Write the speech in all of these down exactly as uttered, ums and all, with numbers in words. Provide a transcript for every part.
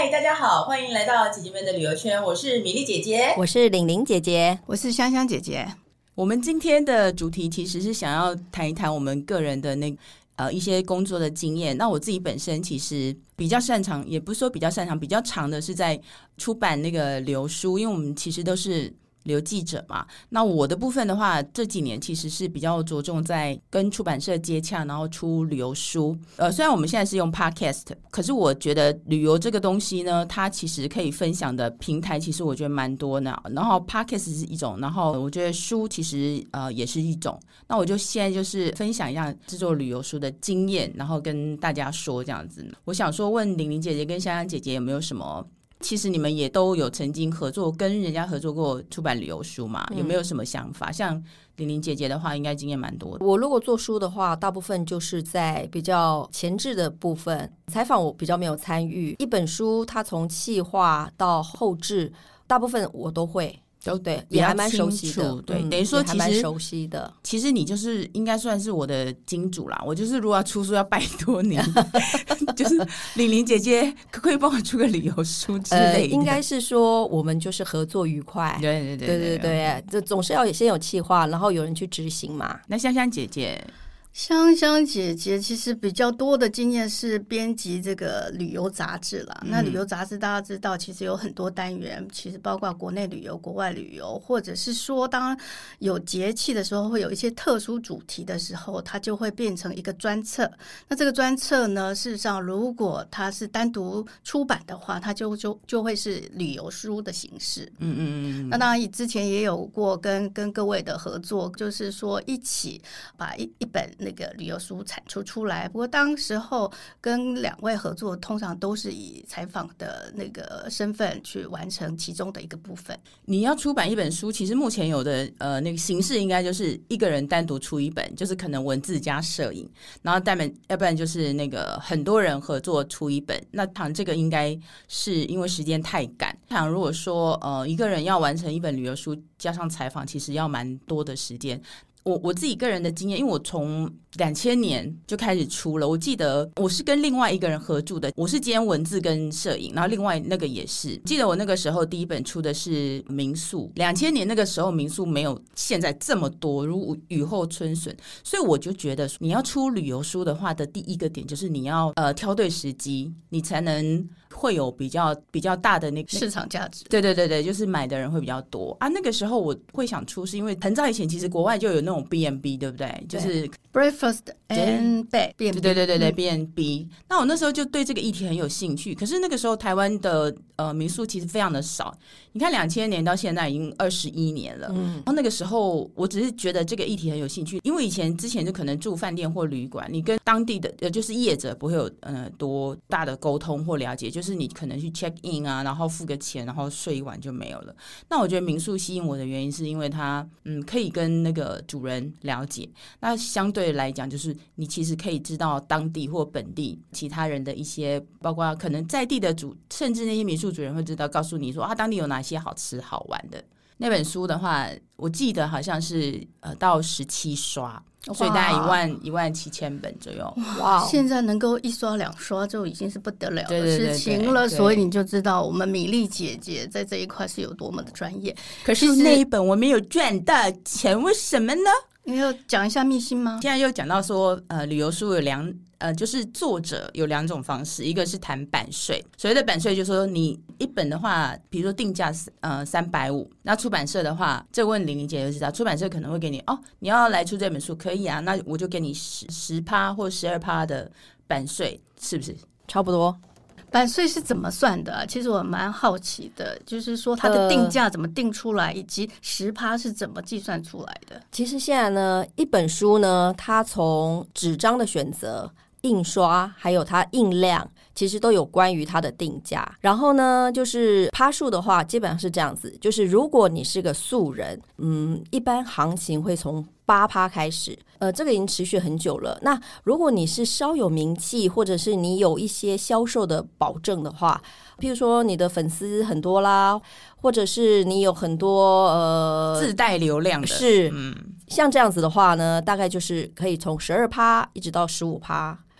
嗨，大家好，欢迎来到姐姐们的旅游圈，我是米粒姐姐， 我是玲玲姐姐， 我是香香姐姐。 我们今天的主题其实是想要谈一谈我们个人的那呃一些工作的经验。那我自己本身其实比较擅长，也不是说比较擅长，比较长的是在出版那个流书，因为我们其实都是留记者嘛。那我的部分的话，这几年其实是比较着重在跟出版社接洽，然后出旅游书。呃，虽然我们现在是用 podcast， 可是我觉得旅游这个东西呢，它其实可以分享的平台，其实我觉得蛮多的。然后 podcast 是一种，然后我觉得书其实呃也是一种。那我就现在就是分享一下制作旅游书的经验，然后跟大家说这样子。我想说，问玲玲姐姐跟香香姐姐有没有什么？其实你们也都有曾经合作，跟人家合作过出版旅游书嘛？有没有什么想法？嗯、像玲玲姐姐的话，应该经验蛮多的。 我如果做书的话，大部分就是在比较前置的部分，采访我比较没有参与。一本书它从企划到后制，大部分我都会。都对，也还蛮熟悉的， 对，嗯、等于说其实蛮熟悉的。 其实你就是应该算是我的金主啦，我就是如果要出书要拜托你，就是玲玲姐姐可不可以帮我出个旅游书之类的？呃、 应该是说我们就是合作愉快， 对对对对对对，这总是要先有企划，然后有人去执行嘛。 那香香姐姐。 香香姐姐其实比较多的经验是编辑这个旅游杂志啦、嗯、那旅游杂志大家知道其实有很多单元，其实包括国内旅游、国外旅游，或者是说当有节气的时候会有一些特殊主题的时候，它就会变成一个专册。那这个专册呢，事实上如果它是单独出版的话，它就就就会是旅游书的形式。 嗯嗯嗯。 那当然之前也有过跟跟各位的合作，就是说一起把一一本那个旅游书产出出来。不过当时候跟两位合作，通常都是以采访的那个身份去完成其中的一个部分。 你要出版一本书，其实目前有的呃那个形式应该就是一个人单独出一本，就是可能文字加摄影，然后但要不然就是那个很多人合作出一本。那谈这个应该是因为时间太赶，谈如果说呃一个人要完成一本旅游书加上采访，其实要蛮多的时间。我我自己个人的经验，因为我从两千年就开始出了，我记得我是跟另外一个人合著的，我是兼文字跟摄影，然后另外那个也是。记得我那个时候第一本出的是民宿，两千年那个时候民宿没有现在这么多，如雨后春笋，所以我就觉得你要出旅游书的话的第一个点就是你要呃挑对时机，你才能会有比较比较大的那个市场价值。 对对对对，就是买的人会比较多啊。那个时候我会想出，是因为很早以前其实国外就有那种 B and B， 对不对？就是 breakfast and bed， 对对对对对 B and B。那我那时候就对这个议题很有兴趣，可是那个时候台湾的呃民宿其实非常的少。你看两千年到现在已经二十一年了，嗯，然后那个时候我只是觉得这个议题很有兴趣，因为以前之前就可能住饭店或旅馆，你跟当地的呃就是业者不会有呃多大的沟通或了解，就是你可能去 check in 啊，然后付个钱，然后睡一晚就没有了。那我觉得民宿吸引我的原因是因为它嗯可以跟那个主人了解，那相对来讲就是你其实可以知道当地或本地其他人的一些，包括可能在地的主，甚至那些民宿主人会知道告诉你说啊当地有哪些好吃好玩的。那本书的话我记得好像是呃到十七刷，所以大概一万一万七千本左右。 哇！现在能够一刷两刷就已经是不得了的事情了，所以你就知道我们米粒姐姐在这一块是有多么的专业。 可是那一本我没有赚到钱，为什么呢？ 你要讲一下秘辛吗？ 现在又讲到说，呃，旅游书有两，呃，就是作者有两种方式，一个是谈版税，所谓的版税就是说你一本的话，比如说定价呃三百五，那出版社的话，这问玲玲姐就知道，出版社可能会给你哦，你要来出这本书可以啊，那我就给你十十趴或十二趴的版税，是不是？ 差不多。 版税是怎么算的、啊？其实我蛮好奇的，就是说它的定价怎么定出来，呃、以及十趴是怎么计算出来的？ 其实现在呢，一本书呢，它从纸张的选择、印刷，还有它印量，其实都有关于它的定价。然后呢，就是趴数的话，基本上是这样子，就是如果你是个素人，嗯，一般行情会从八趴开始，呃，这个已经持续很久了。那如果你是稍有名气，或者是你有一些销售的保证的话，譬如说你的粉丝很多啦，或者是你有很多呃自带流量的， 是， 嗯， 像这样子的话呢，大概就是可以从十二趴一直到十五趴。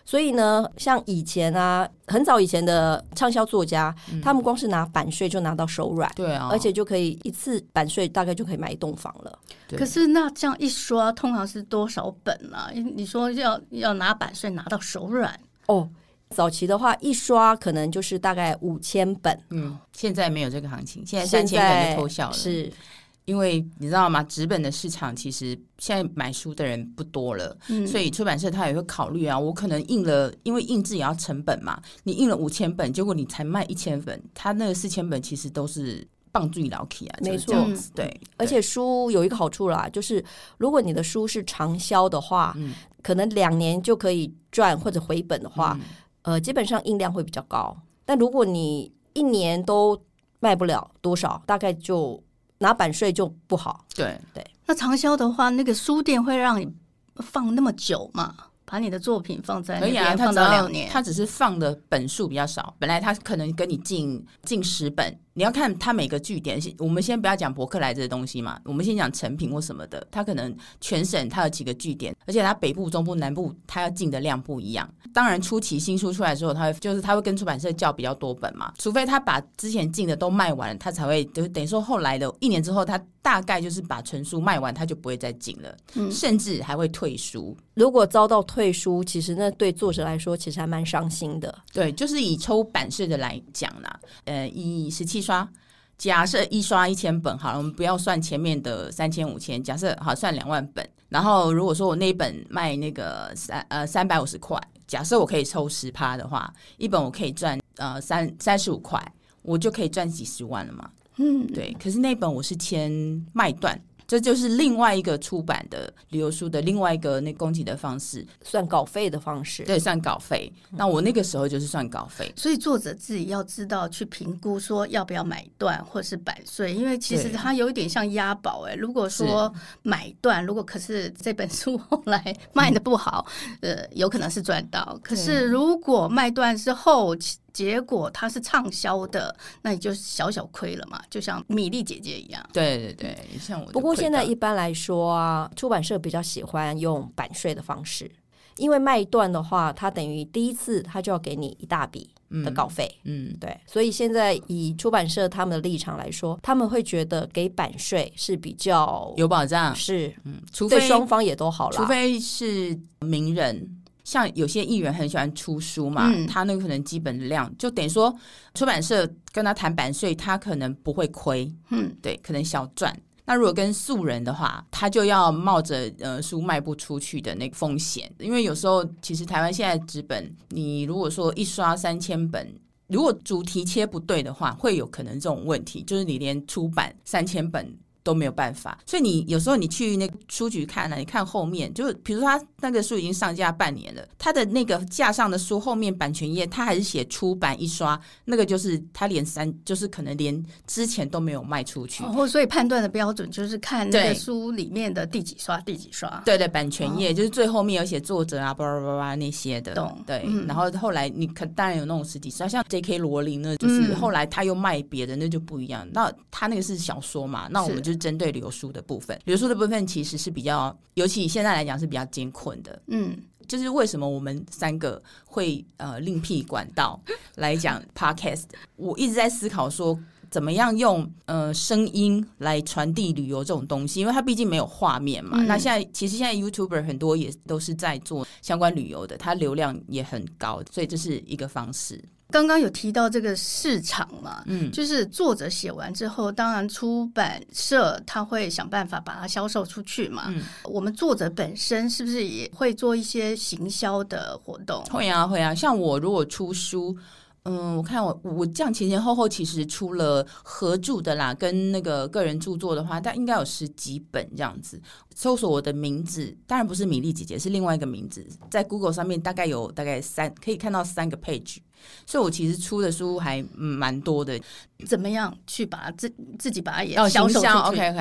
所以呢，像以前啊，很早以前的畅销作家，嗯、他们光是拿版税就拿到手软， 对啊， 而且就可以一次版税大概就可以买一栋房了。 可是那这样一刷，通常是多少本啊？你说要要拿版税拿到手软哦。早期的话，一刷可能就是大概五千本， 嗯，现在没有这个行情，现在三千本就偷笑了， 是。 因为你知道吗？纸本的市场其实现在买书的人不多了，嗯、所以出版社他也会考虑啊。我可能印了，因为印制也要成本嘛，你印了五千本，结果你才卖一千本，他那个四千本其实都是棒最老 key 啊， 没错， 就是、对。 而且书有一个好处啦，就是如果你的书是长销的话，嗯、可能两年就可以赚或者回本的话，嗯、呃，基本上印量会比较高。但如果你一年都卖不了多少，大概就拿版税就不好。 对对， 那长销的话，那个书店会让你放那么久吗？把你的作品放在那边放到两年， 他只是放的本数比较少。本来他可能跟你进进十本，你要看他每个据点。我们先不要讲博客来这些东西嘛，我们先讲成品或什么的。他可能全省他有几个据点，而且他北部、中部、南部他要进的量不一样。当然初期新书出来之后，他会就是他会跟出版社叫比较多本嘛，除非他把之前进的都卖完了，他才会就等于说后来的一年之后，他大概就是把纯书卖完，他就不会再进了，嗯、甚至还会退书。 如果遭到退书，其实那对作者来说其实还蛮伤心的。 对，就是以抽版税的来讲啦，呃，以十七刷，假设一刷一千本好了，我们不要算前面的三千五千，假设好算两万本，然后如果说我那一本卖那个三呃三百五十块，假设我可以抽十趴的话，一本我可以赚呃三三十五块，我就可以赚几十万了嘛。嗯，对。可是那本我是签卖断。这就是另外一个出版的旅游书的另外一个那供给的方式， 算稿费的方式。 对，算稿费。那我那个时候就是算稿费， 所以作者自己要知道去评估说要不要买断或是版税，因为其实它有一点像押宝哎。如果说买断，如果可是这本书后来卖的不好，嗯、呃，有可能是赚到。可是如果卖断之后，结果它是畅销的，那你就小小亏了嘛，就像米粒姐姐一样。 对对对，像我。 不过现在一般来说啊，出版社比较喜欢用版税的方式，因为卖断的话，它等于第一次它就要给你一大笔的稿费。嗯，嗯对，所以现在以出版社他们的立场来说，他们会觉得给版税是比较有保障， 是， 嗯，除非对双方也都好啦， 除非是名人。像有些艺人很喜欢出书嘛，嗯、他那个可能基本的量就等于说出版社跟他谈版税，他可能不会亏，嗯，对，可能小赚。那如果跟素人的话，他就要冒着呃书卖不出去的那个风险，因为有时候其实台湾现在纸本，你如果说一刷三千本。如果主题切不对的话，会有可能这种问题，就是你连出版三千本都没有办法。所以你有时候你去那个书局看呢、啊，你看后面，就比如说他那个书已经上架半年了，他的那个架上的书后面版权页，他还是写出版一刷，那个就是他连三，就是可能连之前都没有卖出去。 哦，所以判断的标准就是看那个书里面的第几刷，第几刷。 对对，版权页、哦、就是最后面有写作者啊，巴拉巴拉那些的。 懂。 对、嗯，然后后来你可当然有那种实体刷，像 J K 罗琳呢，就是后来他又卖别的，那就不一样。那他那个是小说嘛，那我们就。针对旅游书的部分，旅游书的部分其实是比较，尤其现在来讲是比较艰困的。嗯，就是为什么我们三个会呃另辟管道来讲 podcast， 我一直在思考说怎么样用呃声音来传递旅游这种东西，因为它毕竟没有画面嘛。嗯、那现在其实现在 YouTuber 很多也都是在做相关旅游的，它流量也很高，所以这是一个方式。 刚刚有提到这个市场嘛，嗯，就是作者写完之后，当然出版社他会想办法把它销售出去嘛。嗯，我们作者本身是不是也会做一些行销的活动？ 会啊，会啊。像我如果出书，嗯，我看我我这样前前后后其实出了合著的啦，跟那个个人著作的话，但应该有十几本这样子。搜索我的名字，当然不是米粒姐姐，是另外一个名字，在 Google 上面大概有大概三可以看到三个 page。所以我其实出的书还蛮多的。 怎么样去把自自己把它也销售出去？ OK OK，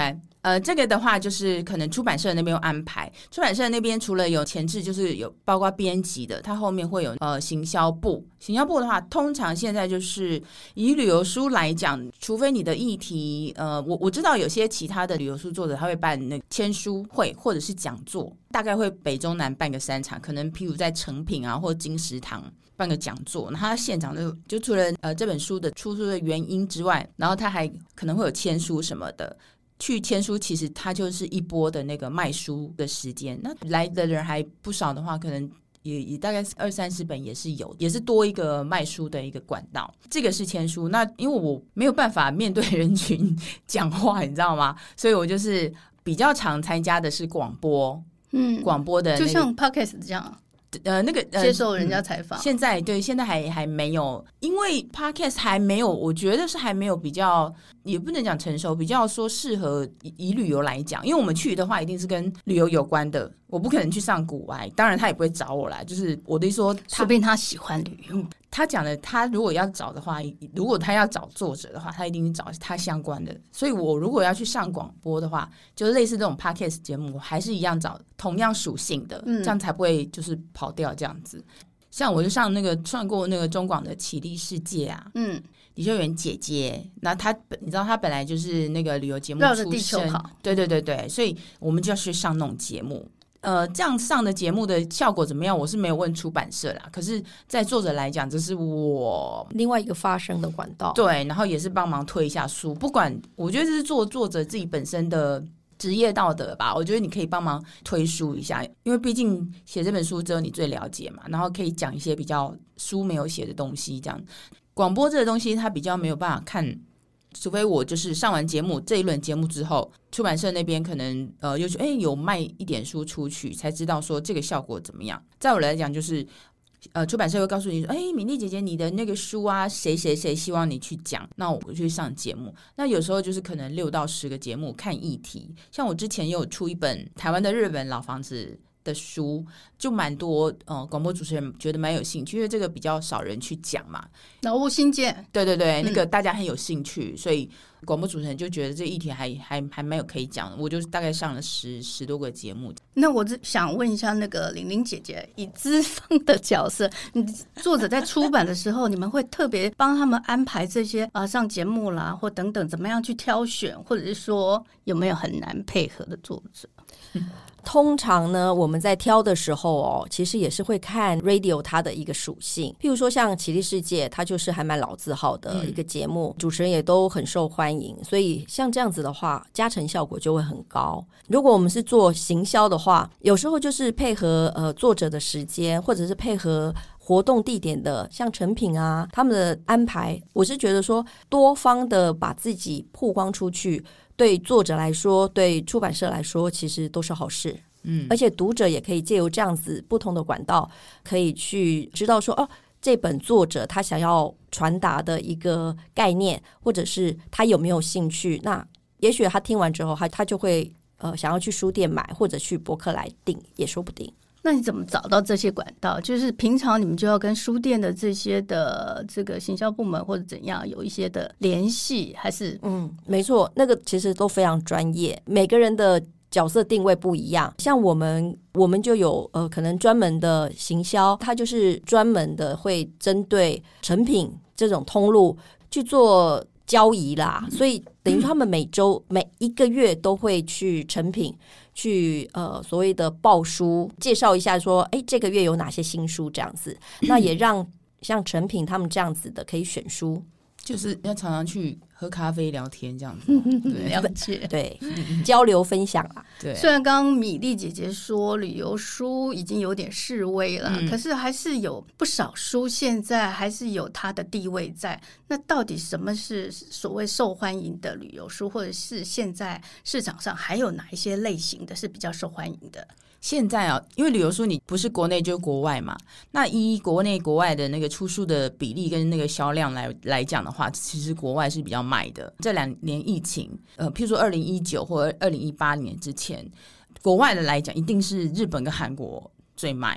呃，这个的话就是可能出版社那边有安排，出版社那边除了有前置，就是有包括编辑的，它后面会有呃行销部。行销部的话，通常现在就是以旅游书来讲，除非你的议题，呃，我我知道有些其他的旅游书作者他会办那个签书会或者是讲座，大概会北中南办个三场，可能譬如在诚品啊或金石堂办个讲座，然后他现场就就除了呃这本书的出书的原因之外，然后他还可能会有签书什么的。去签书其实它就是一波的那个卖书的时间，那来的人还不少的话，可能也也大概二三十本也是有，也是多一个卖书的一个管道。这个是签书，那因为我没有办法面对人群讲话，你知道吗？所以我就是比较常参加的是广播，嗯，广播的、那个、 就像 podcast 这样。 呃，那个、呃、 接受人家采访、 嗯，现在对，现在还还没有，因为 podcast 还没有，我觉得是还没有比较，也不能讲成熟，比较说适合 以, 以旅游来讲，因为我们去的话一定是跟旅游有关的，我不可能去上古玩，当然他也不会找我来，就是我的意思说， 说不定他喜欢旅游。 他讲的，他如果要找的话，如果他要找作者的话，他一定找他相关的。所以我如果要去上广播的话，就是类似这种 podcast 节目，我还是一样找同样属性的，嗯、这样才不会就是跑掉这样子。像我就上那个上过那个中广的启力世界啊，嗯，李秀媛姐姐，那她你知道她本来就是那个旅游节目出身，绕着地球跑，对对对对，所以我们就要去上那种节目。呃，这样上的节目的效果怎么样？我是没有问出版社啦。可是，在作者来讲，这是我另外一个发声的管道。 对，然后也是帮忙推一下书。不管，我觉得这是做作者自己本身的职业道德吧。我觉得你可以帮忙推书一下，因为毕竟写这本书只有你最了解嘛。然后可以讲一些比较书没有写的东西，这样。广播这个东西，它比较没有办法看。除非我就是上完节目这一轮节目之后，出版社那边可能呃又哎有卖一点书出去，才知道说这个效果怎么样。在我来讲，就是呃出版社会告诉你说，哎，敏丽姐姐，你的那个书啊，谁谁谁希望你去讲，那我去上节目。那有时候就是可能六到十个节目看议题，像我之前也有出一本台湾的日本老房子的书，就蛮多呃广播主持人觉得蛮有兴趣，因为这个比较少人去讲嘛。 老屋新建， 对对对，那个大家很有兴趣，嗯、所以广播主持人就觉得这议题还还还蛮有可以讲的。我就大概上了十十多个节目。 那我想问一下，那个玲玲姐姐，以资方的角色，你作者在出版的时候，你们会特别帮他们安排这些啊、呃、上节目啦，或等等，怎么样去挑选，或者是说有没有很难配合的作者？ 嗯通常呢，我们在挑的时候哦，其实也是会看 radio 它的一个属性。譬如说像启力世界，它就是还蛮老字号的一个节目，嗯、主持人也都很受欢迎，所以像这样子的话，加成效果就会很高。如果我们是做行销的话，有时候就是配合呃作者的时间，或者是配合活动地点的，像诚品啊他们的安排，我是觉得说多方的把自己曝光出去，对作者来说，对出版社来说，其实都是好事。嗯，而且读者也可以借由这样子不同的管道，可以去知道说，哦，这本作者他想要传达的一个概念，或者是他有没有兴趣。那也许他听完之后，他他就会呃想要去书店买，或者去博客来订，也说不定。 那你怎么找到这些管道？就是平常你们就要跟书店的这些的这个行销部门或者怎样有一些的联系，还是？ 嗯，没错，那个其实都非常专业，每个人的角色定位不一样。像我们我们就有呃可能专门的行销，它就是专门的会针对成品这种通路去做交易啦，所以等于他们每周每一个月都会去成品去呃所谓的报书，介绍一下说，哎，这个月有哪些新书这样子，那也让像成品他们这样子的可以选书， 就是要常常去喝咖啡聊天这样子， 对，了解， 对，交流分享啦。 对， 虽然刚刚米粒姐姐说旅游书已经有点式微了，嗯、可是还是有不少书现在还是有它的地位在。那到底什么是所谓受欢迎的旅游书，或者是现在市场上还有哪一些类型的是比较受欢迎的？ 现在啊，因为旅游书你不是国内就是国外嘛，那依国内国外的那个出书的比例跟那个销量来来讲的话，其实国外是比较卖的。这两年疫情，呃，譬如说二零一九或者二零一八年之前，国外的来讲，一定是日本跟韩国最卖。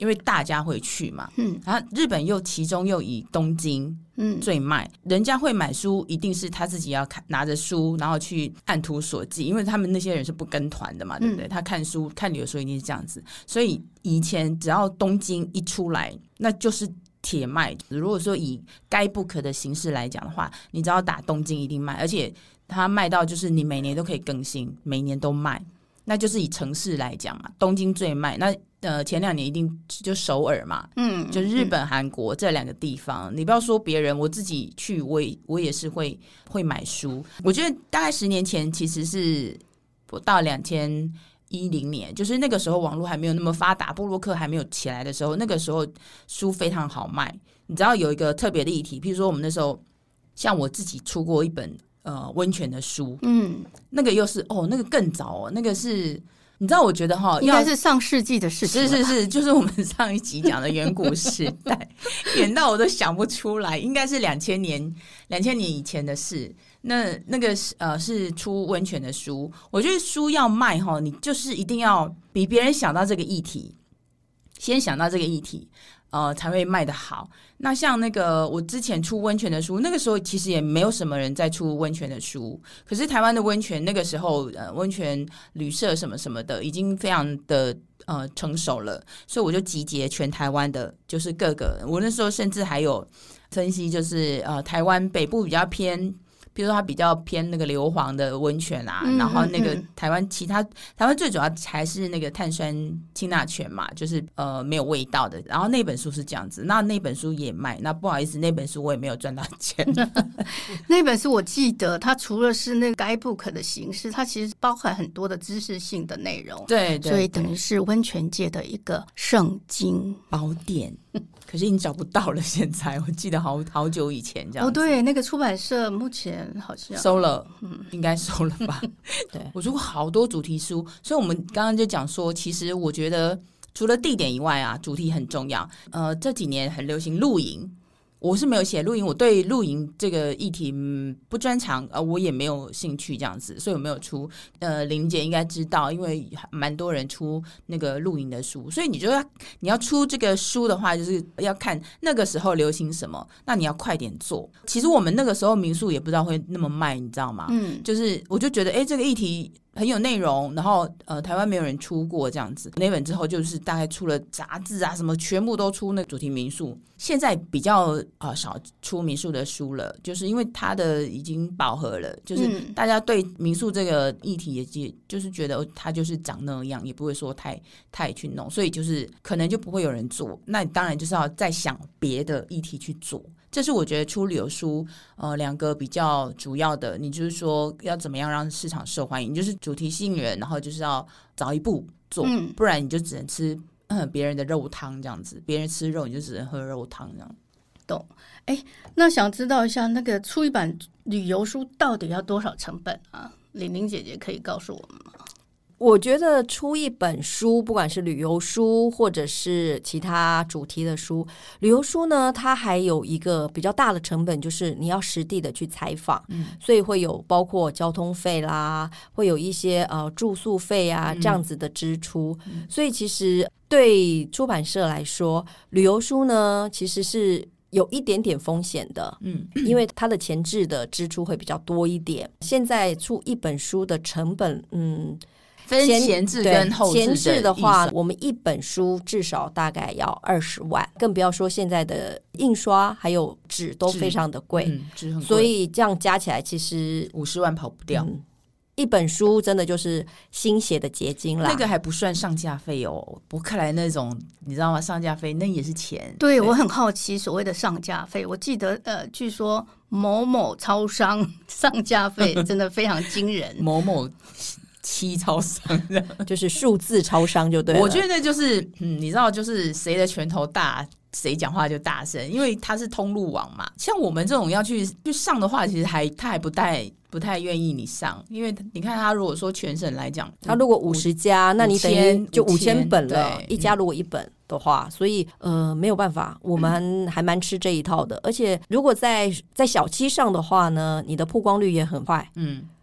因为大家会去嘛，嗯，然后日本又其中又以东京最卖，嗯，人家会买书一定是他自己要看拿着书然后去按图索骥，因为他们那些人是不跟团的嘛，对不对？嗯，他看书看旅游书一定是这样子，所以以前只要东京一出来那就是铁卖。如果说以该 book 的形式来讲的话，你只要打东京一定卖，而且它卖到就是你每年都可以更新，每年都卖，那就是以城市来讲嘛，东京最卖。那呃前两年一定就首尔嘛，嗯，就是日本、韩国这两个地方。你不要说别人，我自己去，我也我也是会会买书。我觉得大概十年前，其实是我到两千一零年，就是那个时候网络还没有那么发达，部落客还没有起来的时候，那个时候书非常好卖。你知道有一个特别的议题，譬如说我们那时候，像我自己出过一本呃温泉的书，嗯，那个又是哦，那个更早哦，那个是你知道，我觉得哈， 应该是上世纪的事情， 是是是，就是我们上一集讲的远古时代，远到我都想不出来，应该是两千年两千年以前的事。那那个呃是出温泉的书，我觉得书要卖哈，你就是一定要比别人想到这个议题，先想到这个议题。呃，才会卖得好。那像那个我之前出温泉的书，那个时候其实也没有什么人在出温泉的书，可是台湾的温泉那个时候呃温泉旅社什么什么的已经非常的呃成熟了，所以我就集结全台湾的，就是各个，我那时候甚至还有分析，就是呃台湾北部比较偏，比如说它比较偏那个硫磺的温泉啊，嗯、然后那个台湾其他台湾最主要还是那个碳酸氢钠泉嘛，就是呃没有味道的。然后那本书是这样子，那那本书也卖，那不好意思，那本书我也没有赚到钱。 那本书我记得它除了是那个 guidebook 的形式，它其实包含很多的知识性的内容， 对， 对， 所以等于是温泉界的一个圣经宝典。可是已经找不到了，现在我记得好好久以前这样子。 哦，对，那个出版社目前好像收了，嗯，应该收了吧？对，我出过好多主题书，所以我们刚刚就讲说，其实我觉得除了地点以外啊，主题很重要。呃，这几年很流行露营。我是没有写露营，我对露营这个议题、嗯、不专长，呃，我也没有兴趣这样子，所以我没有出。呃，林姐应该知道，因为蛮多人出那个露营的书，所以你就要你要出这个书的话，就是要看那个时候流行什么，那你要快点做。其实我们那个时候民宿也不知道会那么卖，你知道吗？嗯，就是我就觉得，哎，这个议题很有内容，然后呃，台湾没有人出过这样子。那本之后就是大概出了杂志啊，什么全部都出那个主题民宿。现在比较啊、呃、少出民宿的书了，就是因为它的已经饱和了，就是大家对民宿这个议题也就是觉得它就是长那样，也不会说太太去弄，所以就是可能就不会有人做。那你当然就是要再想别的议题去做。这是我觉得出旅游书呃两个比较主要的，你就是说要怎么样让市场受欢迎，你就是主题吸引人，然后就是要早一步做，嗯、不然你就只能吃嗯别人的肉汤这样子，别人吃肉你就只能喝肉汤这样。 懂。哎，那想知道一下，那个出一版旅游书到底要多少成本啊？玲玲姐姐可以告诉我们吗？ 我觉得出一本书，不管是旅游书或者是其他主题的书，旅游书呢，它还有一个比较大的成本，就是你要实地的去采访，嗯、所以会有包括交通费啦，会有一些呃住宿费啊这样子的支出。嗯、所以其实对出版社来说，旅游书呢其实是有一点点风险的，嗯，因为它的前置的支出会比较多一点。现在出一本书的成本，嗯。 分前置跟后置的， 前置的话，我们一本书至少大概要二十万，更不要说现在的印刷还有纸都非常的贵，嗯、纸很贵，所以这样加起来其实五十万跑不掉。嗯， 一本书真的就是心血的结晶啦， 那个还不算上架费哦。博客来那种你知道吗？上架费那也是钱。 对，对我很好奇所谓的上架费，我记得呃，据说某某超商上架费真的非常惊人， 某某。七超商就是数字超商就对了。 我觉得就是嗯，你知道就是谁的拳头大谁讲话就大声，因为它是通路网嘛。像我们这种要去去上的话，其实还他还不太不太愿意你上，因为你看他如果说全省来讲， 他如果五十家，那你等于就五千本了，一家如果一本的话，所以呃没有办法，我们还蛮吃这一套的。而且如果在在小七上的话呢，你的曝光率也很快，嗯。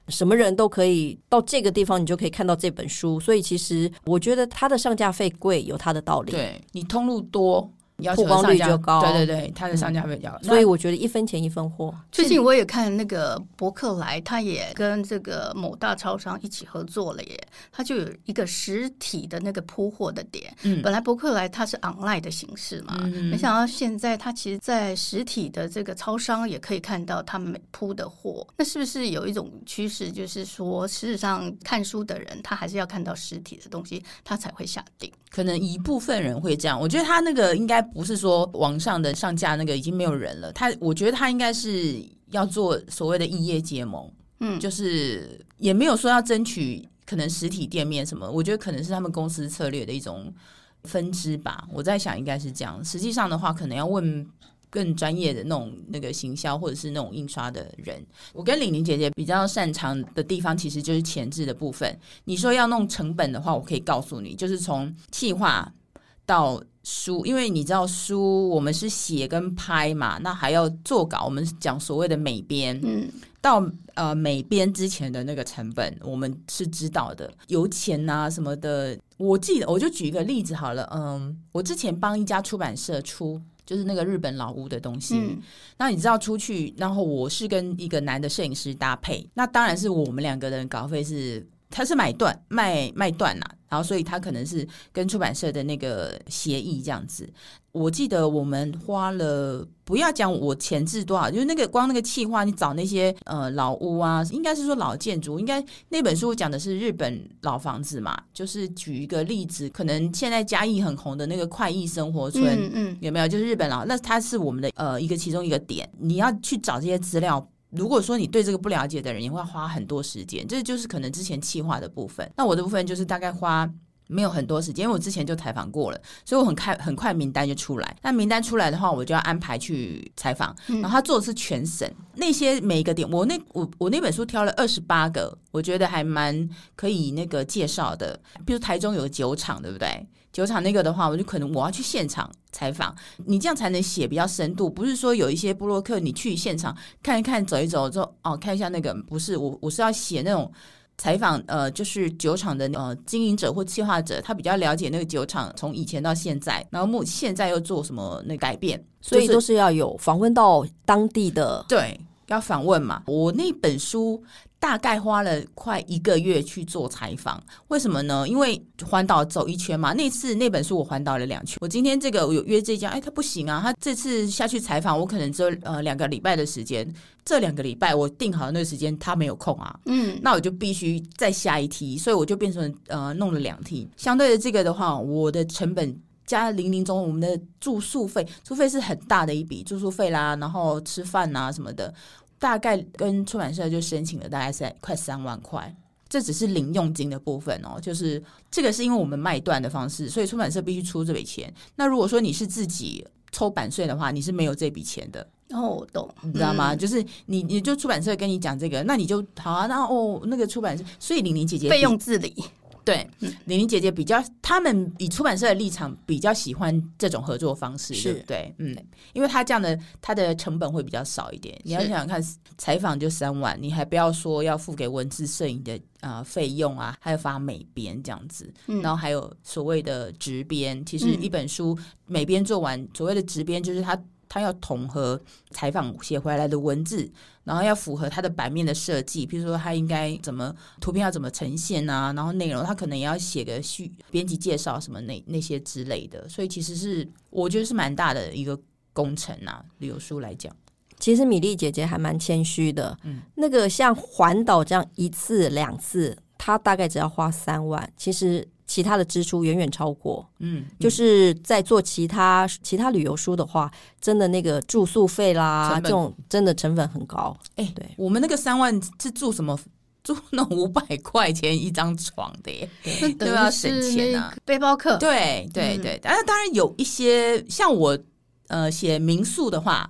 什么人都可以到这个地方，你就可以看到这本书。所以其实我觉得它的上架费贵有它的道理， 对，你通路多， 曝光率就高， 对对对，它的上架费比较高、 嗯、所以我觉得一分钱一分货。 最近我也看那个博客来，他也跟这个某大超商一起合作了耶，他就有一个实体的那个铺货的点、嗯、本来博客来它是 online 的形式嘛、嗯、没想到现在它其实在实体的这个超商也可以看到他们铺的货。那是不是有一种趋势，就是说事实上看书的人他还是要看到实体的东西他才会下定？ 可能一部分人会这样，我觉得他那个应该不是说网上的上架那个已经没有人了，他我觉得他应该是要做所谓的异业结盟，嗯，就是也没有说要争取可能实体店面什么，我觉得可能是他们公司策略的一种分支吧，我在想应该是这样。实际上的话可能要问更专业的那种那个行销或者是那种印刷的人。我跟玲玲姐姐比较擅长的地方其实就是前置的部分。你说要弄成本的话，我可以告诉你，就是从企划到书，因为你知道书我们是写跟拍嘛，那还要做稿，我们讲所谓的美编，嗯，到呃美编之前的那个成本我们是知道的，油钱啊什么的。我记得我就举一个例子好了，嗯，我之前帮一家出版社出就是那个日本老屋的东西、嗯、那你知道出去，然后我是跟一个男的摄影师搭配，那当然是我们两个人稿费是他是买断卖卖断啦、啊，然后所以他可能是跟出版社的那个协议这样子。我记得我们花了，不要讲我前置多少，就是那个光那个企划，你找那些呃老屋啊，应该是说老建筑，应该那本书讲的是日本老房子嘛，就是举一个例子，可能现在嘉义很红的那个快意生活村，嗯嗯，有没有？就是日本老，那它是我们的呃一个其中一个点，你要去找这些资料。如果说你对这个不了解的人，也会花很多时间，这就是可能之前企划的部分。那我的部分就是大概花没有很多时间，因为我之前就采访过了，所以我很快很快名单就出来。那名单出来的话，我就要安排去采访、嗯、然后他做的是全省那些每一个点，我那我我那本书挑了二十八个，我觉得还蛮可以那个介绍的。比如台中有个酒厂，对不对？酒厂那个的话，我就可能我要去现场采访，你这样才能写比较深度，不是说有一些部落客你去现场看一看走一走之后哦看一下那个，不是，我我是要写那种采访，呃，就是酒厂的呃经营者或企划者，他比较了解那个酒厂从以前到现在，然后目现在又做什么那改变， 所以都是要有访问到当地的， 对，要访问嘛。我那本书大概花了快一个月去做采访，为什么呢？因为环岛走一圈嘛，那次那本书我环岛了两圈。我今天这个我有约这家，哎，他不行啊，他这次下去采访，我可能只有呃两个礼拜的时间，这两个礼拜我定好的那个时间他没有空啊，嗯，那我就必须再下一梯，所以我就变成呃弄了两梯。相对的这个的话，我的成本加零零中，我们的住宿费，住费是很大的一笔，住宿费啦，然后吃饭啊什么的。大概跟出版社就申请了大概是快三万块，这只是零用金的部分哦。就是这个是因为我们卖断的方式，所以出版社必须出这笔钱。那如果说你是自己抽版税的话，你是没有这笔钱的。 哦，我懂， 你知道吗？嗯、就是你，你就出版社跟你讲这个，那你就好啊。那哦，那个出版社，所以玲玲姐姐费用自理。 对，玲玲姐姐比较，他们以出版社的立场比较喜欢这种合作方式，对不对？嗯，因为他这样的，他的成本会比较少一点。你要想想看，采访就三万，你还不要说要付给文字摄影的呃费用啊，还有发美编这样子、嗯，然后还有所谓的直编。其实一本书美编做完，所谓的直编就是他。他要统合采访写回来的文字，然后要符合他的版面的设计，比如说他应该怎么图片要怎么呈现啊，然后内容他可能也要写个序编辑介绍什么那那些之类的，所以其实是我觉得是蛮大的一个工程啊，旅游书来讲。 其实米粒姐姐还蛮谦虚的、嗯、那个像环岛这样一次两次她大概只要花三万，其实其他的支出远远超过，嗯，就是在做其他其他旅游书的话，真的那个住宿费啦，这种真的成本很高。 哎、欸，对，我们那个三万是住什么？住那五百块钱一张床的耶， 对，都要省钱啊。背包客， 对对对，但是、嗯、当然有一些像我呃写民宿的话。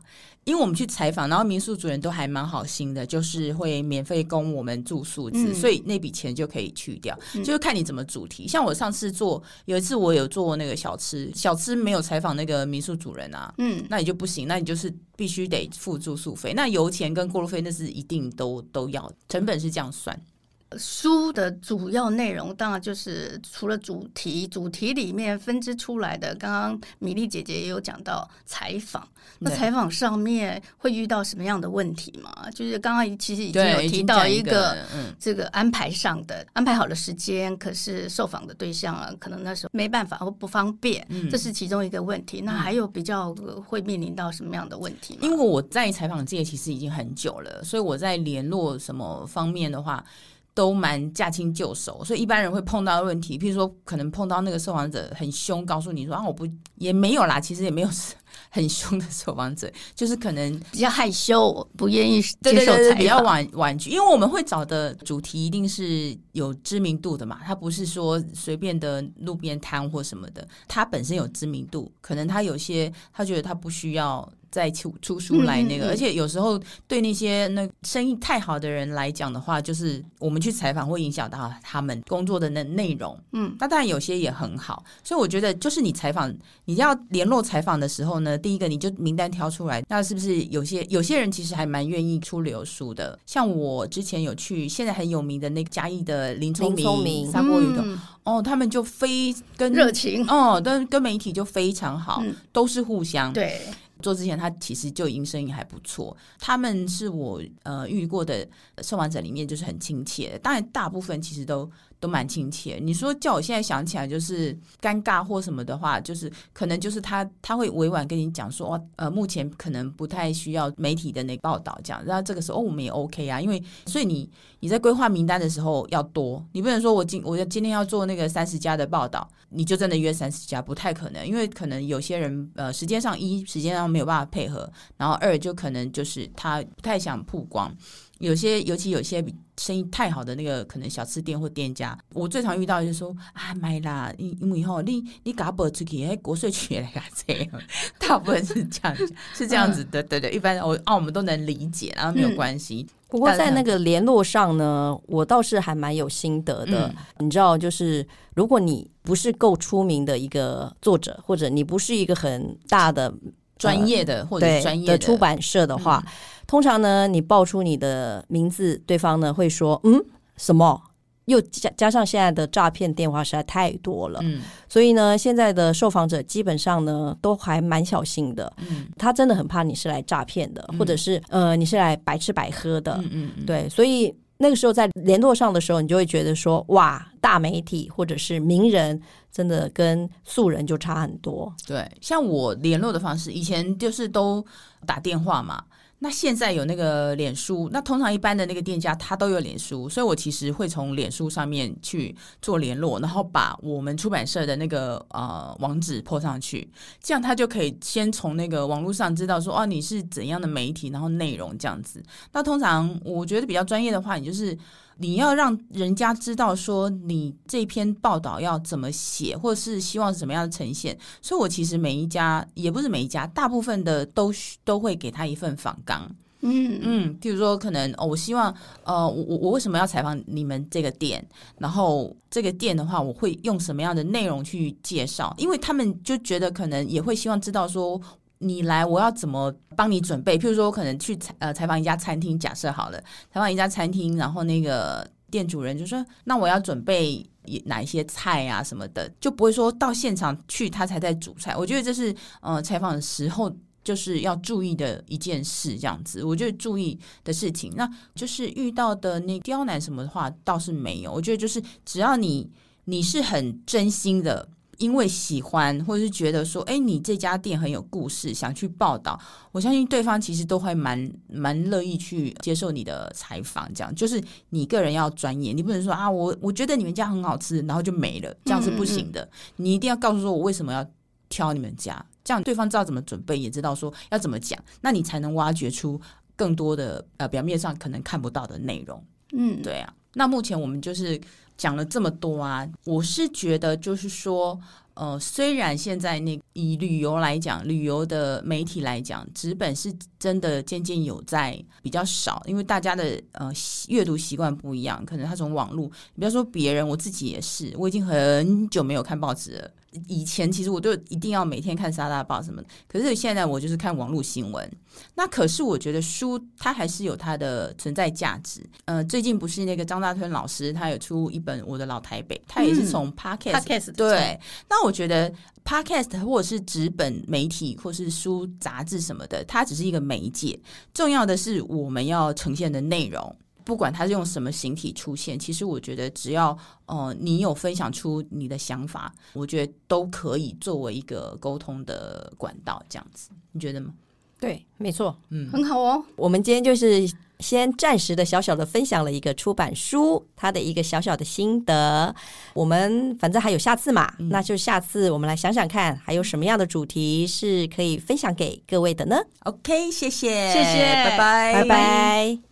因为我们去采访，然后民宿主人都还蛮好心的，就是会免费供我们住宿资、嗯、所以那笔钱就可以去掉、嗯、就是看你怎么主题。像我上次做有一次我有做那个小吃，小吃没有采访那个民宿主人啊，嗯，那你就不行，那你就是必须得付住宿费，那油钱跟过路费那是一定都都要，成本是这样算。 书的主要内容当然就是除了主题，主题里面分支出来的，刚刚米粒姐姐也有讲到采访，那采访上面会遇到什么样的问题吗？就是刚刚其实已经有提到一个这个安排上的、嗯、安排好了时间，可是受访的对象啊，可能那时候没办法或不方便、嗯、这是其中一个问题。那还有比较会面临到什么样的问题吗？ 因为我在采访界其实已经很久了，所以我在联络什么方面的话都蛮驾轻就熟，所以一般人会碰到的问题，譬如说可能碰到那个受访者很凶，告诉你说啊我不也没有啦，其实也没有很凶的受访者，就是可能比较害羞，不愿意接受采访， 对对对，比较婉婉拒，因为我们会找的主题一定是有知名度的嘛，它不是说随便的路边摊或什么的，它本身有知名度，可能他有些他觉得他不需要再出出书来那个、嗯嗯嗯，而且有时候对那些那生意太好的人来讲的话，就是我们去采访会影响到他们工作的那内容，嗯，那当然有些也很好，所以我觉得就是你采访，你要联络采访的时候呢，第一个你就名单挑出来，那是不是有些有些人其实还蛮愿意出流书的，像我之前有去现在很有名的那个嘉义的林聪明砂锅鱼头、嗯、哦，他们就非跟热情哦，跟跟媒体就非常好、嗯，都是互相对。 做之前他其实就已经生意还不错，他们是我呃遇过的受访者里面就是很亲切的，当然大部分其实都都蛮亲切。你说叫我现在想起来就是尴尬或什么的话，就是可能就是他他会委婉跟你讲说呃目前可能不太需要媒体的那个报道这样，然后这个时候、哦、我们也 OK 啊，因为所以你你在规划名单的时候要多，你不能说我今我今天要做那个三十家的报道，你就真的约三十家，不太可能，因为可能有些人呃时间上一时间上没有办法配合，然后二就可能就是他不太想曝光，有些尤其有些生意太好的那个可能小吃店或店家，我最常遇到就是说啊买啦，因为吼你你给他播出去，国税局也来给他这样，大部分是这样是这样子的，对对，一般我啊我们都能理解，然后没有关系。嗯， 不过在那个联络上呢，我倒是还蛮有心得的、嗯、你知道就是如果你不是够出名的一个作者，或者你不是一个很大的专业的、呃、或者专业 的, 的出版社的话、嗯、通常呢你报出你的名字，对方呢会说嗯什么，又 加, 加上现在的诈骗电话实在太多了、嗯、所以呢现在的受访者基本上呢都还蛮小心的、嗯、他真的很怕你是来诈骗的、嗯、或者是呃你是来白吃白喝的、嗯嗯嗯，对，所以那个时候在联络上的时候，你就会觉得说哇，大媒体或者是名人真的跟素人就差很多。 对，像我联络的方式以前就是都打电话嘛，那现在有那个脸书，那通常一般的那个店家他都有脸书，所以我其实会从脸书上面去做联络，然后把我们出版社的那个呃网址 po 上去，这样他就可以先从那个网络上知道说哦你是怎样的媒体，然后内容这样子。那通常我觉得比较专业的话，你就是你要让人家知道说你这篇报道要怎么写，或者是希望怎么样的呈现，所以我其实每一家也不是每一家，大部分的都都会给他一份访纲。嗯嗯，譬如说可能、哦、我希望呃我我为什么要采访你们这个店，然后这个店的话我会用什么样的内容去介绍，因为他们就觉得可能也会希望知道说你来我要怎么帮你准备，譬如说可能去呃采访一家餐厅，假设好了采访一家餐厅，然后那个店主人就说那我要准备哪一些菜啊什么的，就不会说到现场去他才在煮菜。我觉得这是呃采访的时候就是要注意的一件事，这样子我觉得注意的事情。那就是遇到的那刁难什么的话倒是没有，我觉得就是只要你你是很真心的因为喜欢或者是觉得说哎，你这家店很有故事想去报道，我相信对方其实都会蛮蛮乐意去接受你的采访。这样就是你个人要专业，你不能说啊我我觉得你们家很好吃然后就没了，这样是不行的。嗯嗯嗯，你一定要告诉说我为什么要挑你们家，这样对方知道怎么准备，也知道说要怎么讲，那你才能挖掘出更多的呃表面上可能看不到的内容。嗯，对啊。那目前我们就是讲了这么多啊，我是觉得就是说。呃，虽然现在那以旅游来讲，旅游的媒体来讲，纸本是真的渐渐有在比较少，因为大家的呃阅读习惯不一样，可能他从网络，你不要说别人，我自己也是，我已经很久没有看报纸了。以前其实我就一定要每天看沙大报什么的，可是现在我就是看网络新闻。那可是我觉得书它还是有它的存在价值。呃，最近不是那个张大春老师他有出一本《我的老台北》，他也是从 Podcast、嗯、 Podcast 对。那我觉得 Podcast 或者是纸本媒体或是书杂志什么的，它只是一个媒介，重要的是我们要呈现的内容。不管它是用什么形体出现，其实我觉得只要呃你有分享出你的想法，我觉得都可以作为一个沟通的管道，这样子，你觉得吗？ 对，没错， 嗯，很好哦。 我们今天就是先暂时的小小的分享了一个出版书它的一个小小的心得，我们反正还有下次嘛、嗯、那就下次我们来想想看还有什么样的主题是可以分享给各位的呢。 OK， 谢谢谢谢， 拜拜拜拜。